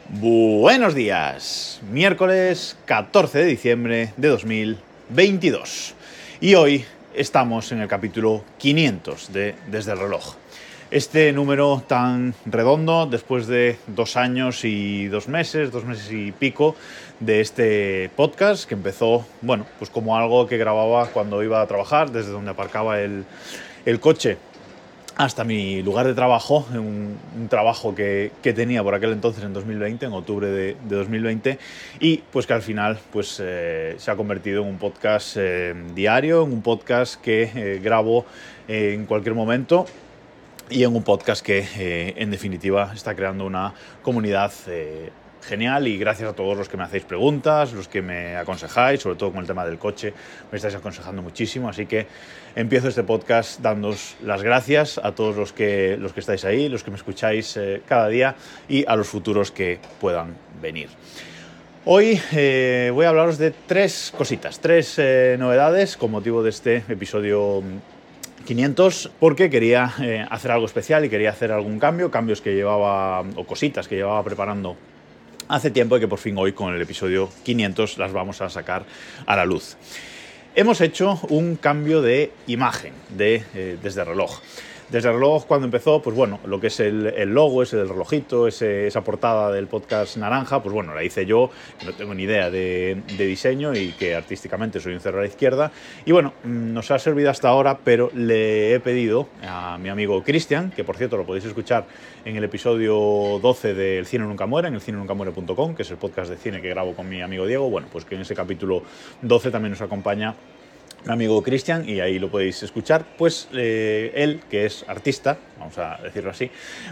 Buenos días, miércoles 14 de diciembre de 2022 y hoy estamos en el capítulo 500 de Desde el Reloj. Este número tan redondo después de 2 años y 2 meses y pico de este podcast que empezó, pues como algo que grababa cuando iba a trabajar, desde donde aparcaba el coche hasta mi lugar de trabajo, un trabajo que tenía por aquel entonces en 2020, en octubre de 2020, y pues que al final se ha convertido en un podcast diario, en un podcast que grabo en cualquier momento y en un podcast que en definitiva está creando una comunidad genial, y gracias a todos los que me hacéis preguntas, los que me aconsejáis, sobre todo con el tema del coche, me estáis aconsejando muchísimo, así que empiezo este podcast dándoos las gracias a todos los que estáis ahí, los que me escucháis cada día y a los futuros que puedan venir. Hoy voy a hablaros de 3 cositas, 3 novedades con motivo de este episodio 500, porque quería hacer algo especial y quería hacer algún cambios que llevaba, o cositas que llevaba preparando hace tiempo, y que por fin hoy con el episodio 500 las vamos a sacar a la luz. Hemos hecho un cambio de imagen Desde el Reloj. Desde el Reloj, cuando empezó, lo que es el logo, ese del relojito, esa portada del podcast naranja, la hice yo, no tengo ni idea de diseño y que artísticamente soy un cero a la izquierda. Y nos ha servido hasta ahora, pero le he pedido a mi amigo Cristian, que por cierto lo podéis escuchar en el episodio 12 del Cine Nunca Muere, en el cinenuncamuere.com, que es el podcast de cine que grabo con mi amigo Diego, que en ese capítulo 12 también nos acompaña mi amigo Cristian, y ahí lo podéis escuchar. Él, que es artista, vamos a decirlo así,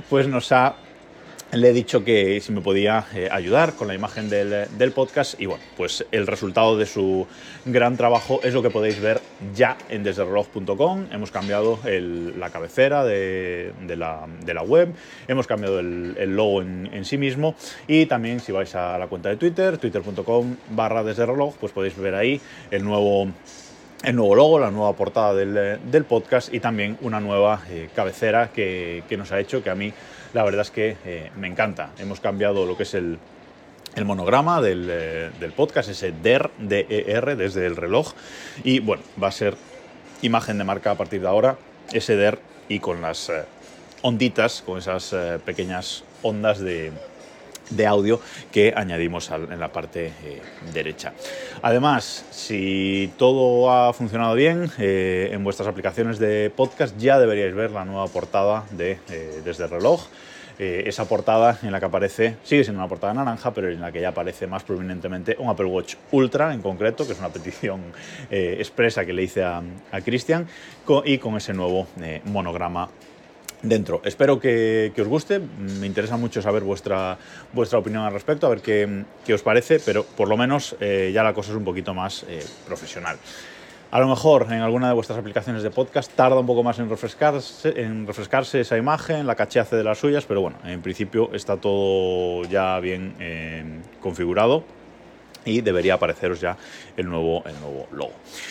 le he dicho que si me podía ayudar con la imagen del podcast, y el resultado de su gran trabajo es lo que podéis ver ya en desdelreloj.com. Hemos cambiado la cabecera de la web, hemos cambiado el logo en sí mismo, y también si vais a la cuenta de Twitter, twitter.com/desdelreloj, podéis ver ahí el nuevo logo, la nueva portada del podcast, y también una nueva cabecera que nos ha hecho, que a mí la verdad es que me encanta. Hemos cambiado lo que es el monograma del podcast, ese DER, D-E-R, desde el reloj, y va a ser imagen de marca a partir de ahora, ese DER, y con las onditas, con esas pequeñas ondas de audio que añadimos en la parte derecha. Además, si todo ha funcionado bien, en vuestras aplicaciones de podcast ya deberíais ver la nueva portada Desde el Reloj. Esa portada en la que aparece, sigue siendo una portada naranja, pero en la que ya aparece más prominentemente un Apple Watch Ultra en concreto, que es una petición expresa que le hice a Cristian, y con ese nuevo monograma dentro. Espero que os guste. Me interesa mucho saber vuestra opinión al respecto, a ver qué os parece, pero por lo menos ya la cosa es un poquito más profesional. A lo mejor en alguna de vuestras aplicaciones de podcast tarda un poco más en refrescarse esa imagen, la caché hace de las suyas, pero en principio está todo ya bien configurado y debería apareceros ya el nuevo logo.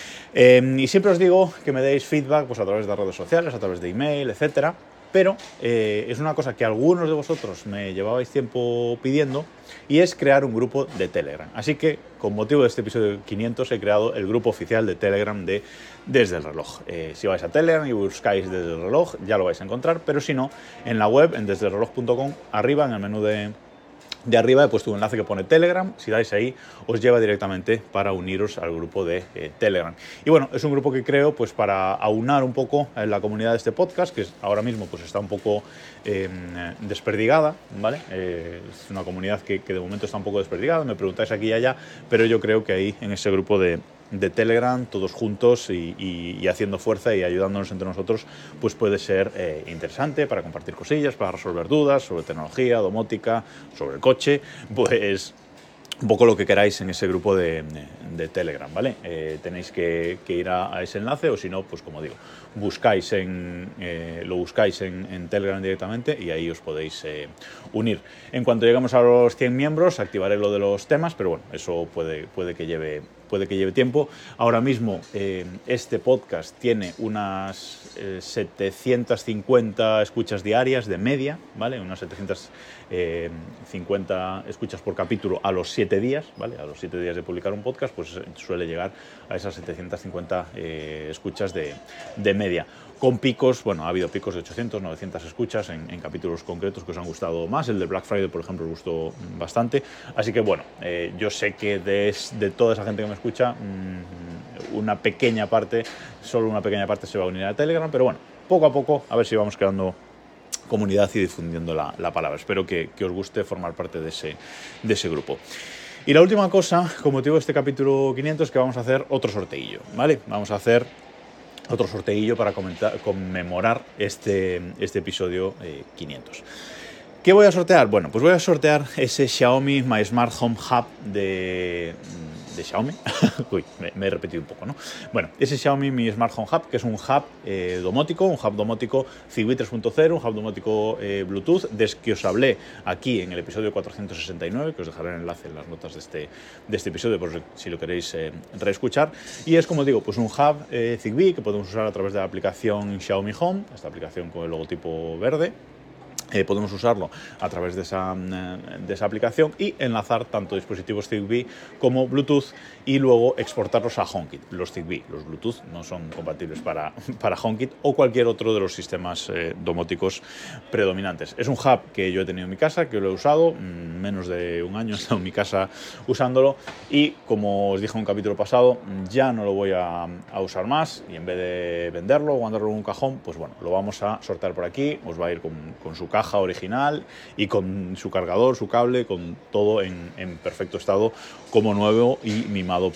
Y siempre os digo que me deis feedback a través de redes sociales, a través de email, etcétera. Pero es una cosa que algunos de vosotros me llevabais tiempo pidiendo, y es crear un grupo de Telegram. Así que, con motivo de este episodio 500, he creado el grupo oficial de Telegram de Desde el Reloj. Si vais a Telegram y buscáis Desde el Reloj, ya lo vais a encontrar, pero si no, en la web, en desdelreloj.com, arriba, en el menú de arriba he puesto un enlace que pone Telegram. Si dais ahí, os lleva directamente para uniros al grupo de Telegram. Y es un grupo que creo para aunar un poco la comunidad de este podcast, que ahora mismo está un poco desperdigada, ¿vale? Es una comunidad que de momento está un poco desperdigada, me preguntáis aquí y allá, pero yo creo que ahí, en ese grupo de Telegram, todos juntos y haciendo fuerza y ayudándonos entre nosotros, puede ser interesante para compartir cosillas, para resolver dudas sobre tecnología, domótica, sobre el coche, un poco lo que queráis en ese grupo de Telegram, ¿vale? Tenéis que ir a ese enlace, o si no, como digo, lo buscáis en Telegram directamente, y ahí os podéis unir. En cuanto lleguemos a los 100 miembros, activaré lo de los temas, pero eso puede que lleve puede que lleve tiempo. Ahora mismo este podcast tiene unas 750 escuchas diarias de media, ¿vale? Unas 750 escuchas por capítulo a los 7 días, ¿vale? A los 7 días de publicar un podcast, pues suele llegar a esas 750 escuchas de media. Con picos, bueno, ha habido picos de 800, 900 escuchas en capítulos concretos que os han gustado más. El de Black Friday, por ejemplo, os gustó bastante. Así que, bueno, yo sé que de toda esa gente que me escucha, una pequeña parte, solo una pequeña parte se va a unir a Telegram. Pero bueno, poco a poco, a ver si vamos creando comunidad y difundiendo la palabra. Espero que os guste formar parte de ese grupo. Y la última cosa, con motivo de este capítulo 500, es que vamos a hacer otro sorteillo, ¿vale? Vamos a hacer otro sorteillo para conmemorar este episodio 500. ¿Qué voy a sortear? Bueno, pues voy a sortear ese Xiaomi My Smart Home Hub de Xiaomi. Uy, me he repetido un poco, ¿no? Bueno, ese Xiaomi Mi Smart Home Hub, que es un hub domótico Zigbee 3.0, un hub domótico Bluetooth, del que os hablé aquí en el episodio 469, que os dejaré el enlace en las notas de este episodio, por si lo queréis reescuchar. Y es, como digo, pues un hub Zigbee que podemos usar a través de la aplicación Xiaomi Home, esta aplicación con el logotipo verde. Podemos usarlo a través de esa aplicación y enlazar tanto dispositivos Zigbee como Bluetooth y luego exportarlos a HomeKit. Los Zigbee, los Bluetooth no son compatibles para HomeKit o cualquier otro de los sistemas domóticos predominantes. Es un hub que yo he tenido en mi casa, que lo he usado, menos de un año he estado en mi casa usándolo y, como os dije en un capítulo pasado, ya no lo voy a usar más y en vez de venderlo o guardarlo en un cajón, pues bueno, lo vamos a sortear por aquí. Os va a ir con su caja original y con su cargador, su cable, con todo en perfecto estado, como nuevo y mimado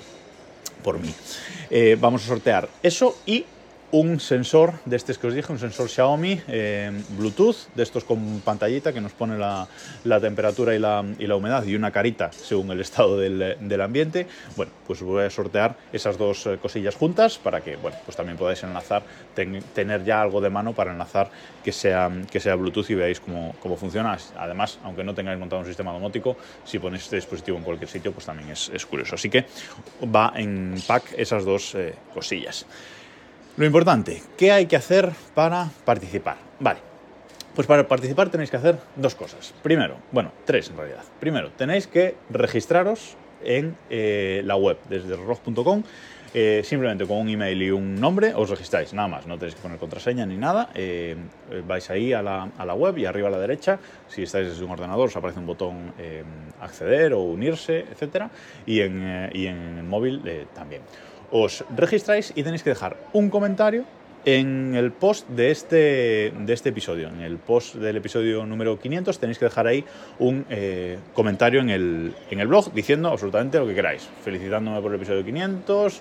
por mí. Vamos a sortear eso y un sensor de estos que os dije, un sensor Xiaomi Bluetooth, de estos con pantallita que nos pone la temperatura y la humedad y una carita según el estado del ambiente. Bueno, pues voy a sortear esas dos cosillas juntas para que, bueno, pues también podáis enlazar, tener ya algo de mano para enlazar que sea Bluetooth y veáis cómo funciona. Además, aunque no tengáis montado un sistema domótico, si ponéis este dispositivo en cualquier sitio, pues también es curioso. Así que va en pack esas dos cosillas. Lo importante, ¿qué hay que hacer para participar? Vale, pues para participar tenéis que hacer dos cosas. Primero, bueno, tres en realidad. Primero, tenéis que registraros en la web desde reloj.com. Simplemente con un email y un nombre os registráis, nada más, no tenéis que poner contraseña ni nada. Vais ahí a la web y arriba a la derecha, si estáis desde un ordenador, os aparece un botón acceder o unirse, etcétera, y en el móvil también. Os registráis y tenéis que dejar un comentario en el post de este episodio. En el post del episodio número 500 tenéis que dejar ahí un comentario en el blog diciendo absolutamente lo que queráis. Felicitándome por el episodio 500,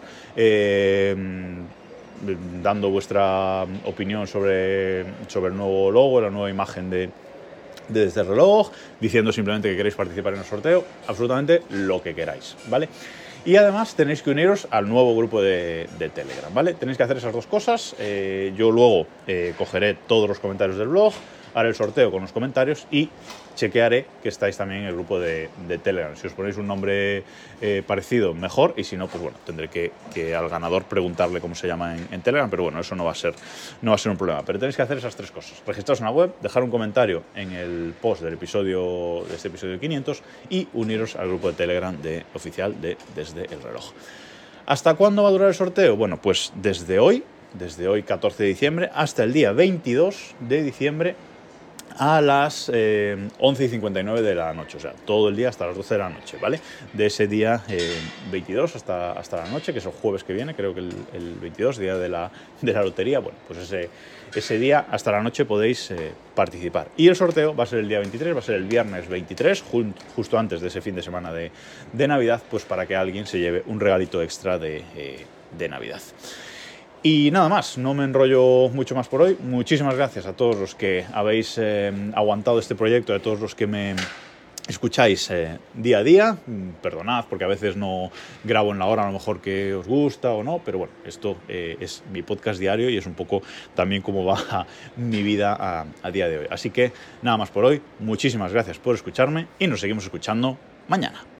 dando vuestra opinión sobre el nuevo logo, la nueva imagen de Desde el Reloj, diciendo simplemente que queréis participar en el sorteo, absolutamente lo que queráis, ¿vale? Y además tenéis que uniros al nuevo grupo de Telegram, ¿vale? Tenéis que hacer esas dos cosas. Yo luego cogeré todos los comentarios del blog, haré el sorteo con los comentarios y chequearé que estáis también en el grupo de Telegram. Si os ponéis un nombre parecido, mejor, y si no, pues bueno, tendré que al ganador preguntarle cómo se llama en Telegram, pero bueno, eso no va a ser un problema. Pero tenéis que hacer esas tres cosas: registraros en la web, dejar un comentario en el post de este episodio 500 y uniros al grupo de Telegram oficial de Desde el Reloj. ¿Hasta cuándo va a durar el sorteo? Bueno, pues desde hoy 14 de diciembre hasta el día 22 de diciembre a las 11:59 de la noche, o sea, todo el día hasta las 12 de la noche, ¿vale? De ese día 22 hasta la noche, que es el jueves que viene, creo que el 22, día de la lotería. Bueno, pues ese día hasta la noche podéis participar. Y el sorteo va a ser el día 23, va a ser el viernes 23, justo antes de ese fin de semana de Navidad, pues para que alguien se lleve un regalito extra de Navidad. Y nada más, no me enrollo mucho más por hoy. Muchísimas gracias a todos los que habéis aguantado este proyecto, a todos los que me escucháis día a día. Perdonad porque a veces no grabo en la hora a lo mejor que os gusta o no, pero bueno, esto es mi podcast diario y es un poco también cómo va mi vida a día de hoy. Así que nada más por hoy, muchísimas gracias por escucharme y nos seguimos escuchando mañana.